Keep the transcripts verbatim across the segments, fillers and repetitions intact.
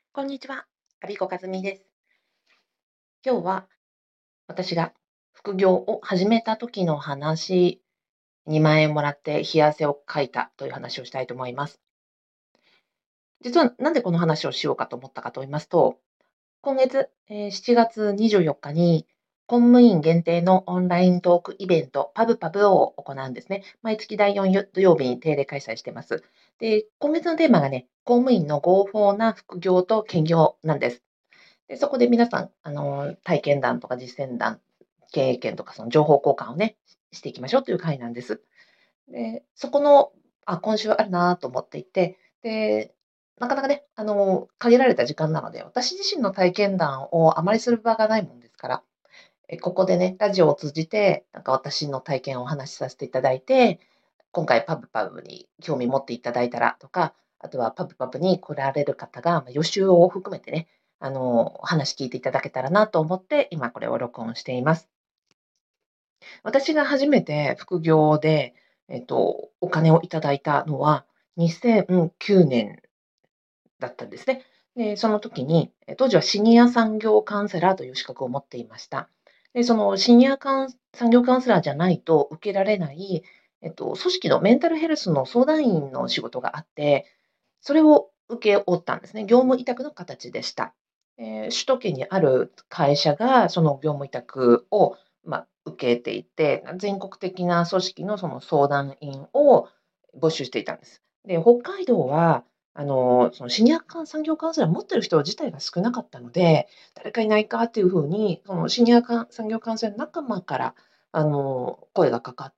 こんにちは、アビコカズミです。今日は私が副業を始めた時の話、にまん円もらって冷や汗をかいたという話をしたいと思います。実はなんでこの話をしようかと思ったかと言いますと、今月、えーしちがつにじゅうよっかに公務員限定のオンライントークイベント、パブパブを行うんですね。毎月だいよん土曜日に定例開催しています。で、今月のテーマがね、公務員の合法な副業と兼業なんです。で、そこで皆さん、あの、体験談とか実践談、経験とかその情報交換をね、していきましょうという会なんです。で、そこの、あ、今週あるなと思っていて、で、なかなかね、あの、限られた時間なので、私自身の体験談をあまりする場がないもんですから、えここでね、ラジオを通じて、なんか私の体験をお話しさせていただいて、今回パブパブに興味持っていただいたらとか、あとはパブパブに来られる方が、まあ予習を含めてね、あの、お話聞いていただけたらなと思って、今これを録音しています。私が初めて副業で、えっと、お金をいただいたのはにせんきゅうねんだったんですね。で、その時に、え当時はシニア産業カウンセラーという資格を持っていました。で、そのシニアカウン産業カウンセラーじゃないと受けられない、えっと、組織のメンタルヘルスの相談員の仕事があって、それを請け負ったんですね。業務委託の形でした。えー首都圏にある会社がその業務委託を、まあ、受けていて、全国的な組織のその相談員を募集していたんです。で、北海道は、あの、そのシニアカン産業カウンセラー持ってる人自体が少なかったので、誰かいないかっていうふうに、そのシニアカン産業カウンセラー仲間からあの、声がかかって、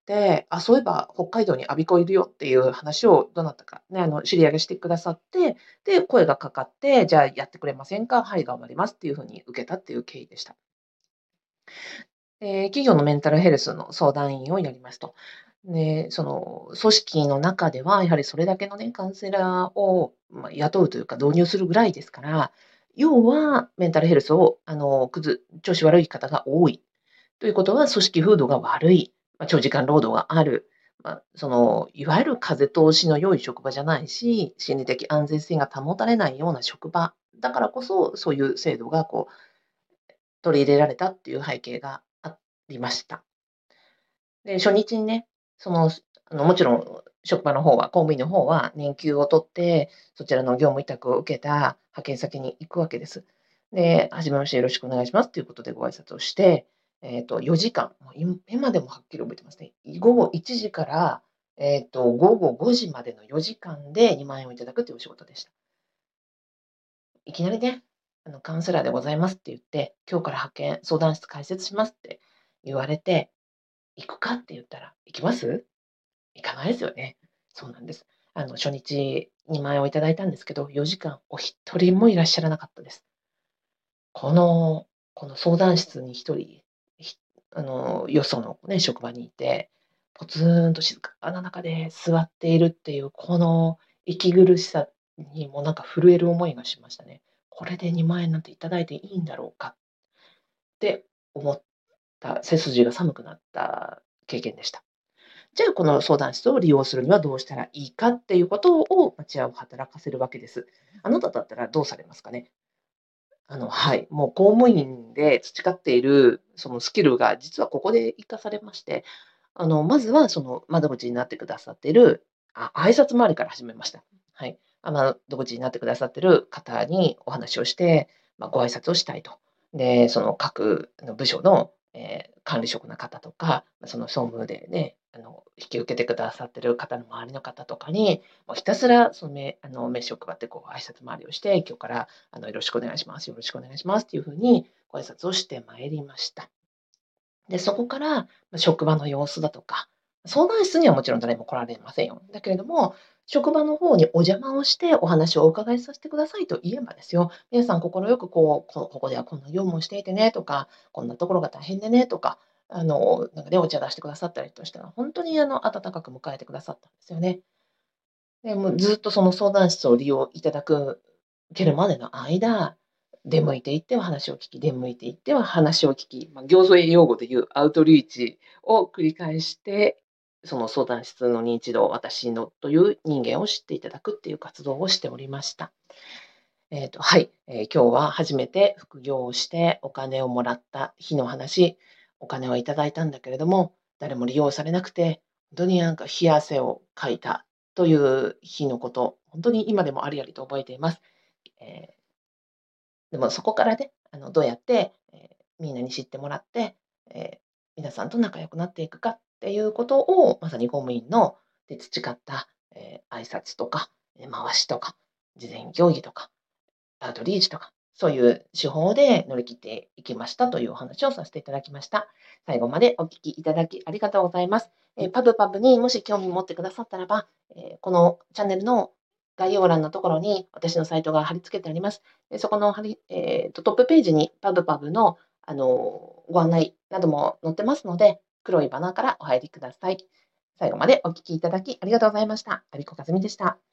あ、そういえば北海道に我孫子いるよっていう話をどなたかね、あの、知り合いがしてくださって、で、声がかかって、じゃあやってくれませんか？はい、頑張りますっていうふうに受けたっていう経緯でした。えー企業のメンタルヘルスの相談員をやりますと。で、その組織の中では、やはりそれだけのね、カウンセラーを、まあ、雇うというか導入するぐらいですから、要はメンタルヘルスを、あの、くず調子悪い方が多い。ということは、組織風土が悪い、まあ、長時間労働がある、まあ、その、いわゆる風通しの良い職場じゃないし、心理的安全性が保たれないような職場だからこそ、そういう制度がこう取り入れられたっていう背景がありました。で、初日にね、その、あの、もちろん職場の方は、公務員の方は年休を取って、そちらの業務委託を受けた派遣先に行くわけです。で、はじめましてよろしくお願いしますということでご挨拶をして、えっと、よじかん、もう今今でもはっきり覚えてますね。午後いちじから、えっと、午後ごじまでのよじかんでにまん円をいただくというお仕事でした。いきなりね、あの、カウンセラーでございますって言って、今日から派遣相談室開設しますって言われて、行くかって言ったら、行きます？行かないですよね。そうなんです。あの、初日にまん円をいただいたんですけど、よじかんお一人もいらっしゃらなかったです。このこの相談室に一人、ひあの、よそのね、職場にいて、ポツンと静かな中で座っているっていう、この息苦しさにもなんか震える思いがしましたね。これでにまん円なんていただいていいんだろうかって思った背筋が寒くなった経験でした。じゃあ、この相談室を利用するにはどうしたらいいかっていうことを、ま、ちらを働かせるわけです。あなただったらどうされますかね？あの、はい、もう公務員で培っているそのスキルが実はここで活かされまして、あの、まずはその窓口になってくださっている、あ、挨拶回りから始めました。はい。あ、窓口になってくださっている方にお話をして、ま、ご挨拶をしたいと。で、その各あの部署の、えー管理職の方とか、ま、その総務でね、あの、引き受けてくださってる方の周りの方とかに、もうひたすらそのめあの、名刺を配ってこう挨拶回りをして、今日からあの、よろしくお願いします、よろしくお願いしますっていう風にご挨拶をして参りました。で、そこから、ま、職場の様子だとか、相談室にはもちろん誰も来られませんよ。だけれども、職場の方にお邪魔をしてお話をお伺いさせてくださいと言えばですよ、皆さん快くこう、こここではこんな業務をしていてねとか、こんなところが大変でねとか、あの、なんかね、お茶出してくださったりとしたら、ほんとにあの、温かく迎えてくださったんですよね。で、もうずっとその相談室を利用いただくけるまでの間、出向いていっては話を聞き、出向いていっては話を聞き、まあ、行政用語でいうアウトリーチを繰り返して、その相談室の認知度、私のという人間を知っていただくっていう活動をしておりました。 えっと、はい、えー今日は初めて副業をしてお金をもらった日の話、お金をいただいたんだけれども、誰も利用されなくて、本当になんか冷や汗をかいたという日のこと、本当に今でもありありと覚えています。えーでもそこからね、あの、どうやって、えーみんなに知ってもらって、えー皆さんと仲良くなっていくかっていうことを、まさに公務員ので培った、えー挨拶とか、え、回しとか、事前協議とか、アウトリーチとか、そういう手法で乗り切っていきましたというお話をさせていただきました。最後までお聞きいただきありがとうございます。えーパブパブにもし興味持ってくださったらば、えーこのチャンネルの概要欄のところに私のサイトが貼り付けてあります。でそこの貼り、えーとトップページにパブパブの、あのーご案内なども載ってますので、黒いバナーからお入りください。最後までお聞きいただきありがとうございました。アビコカズミでした。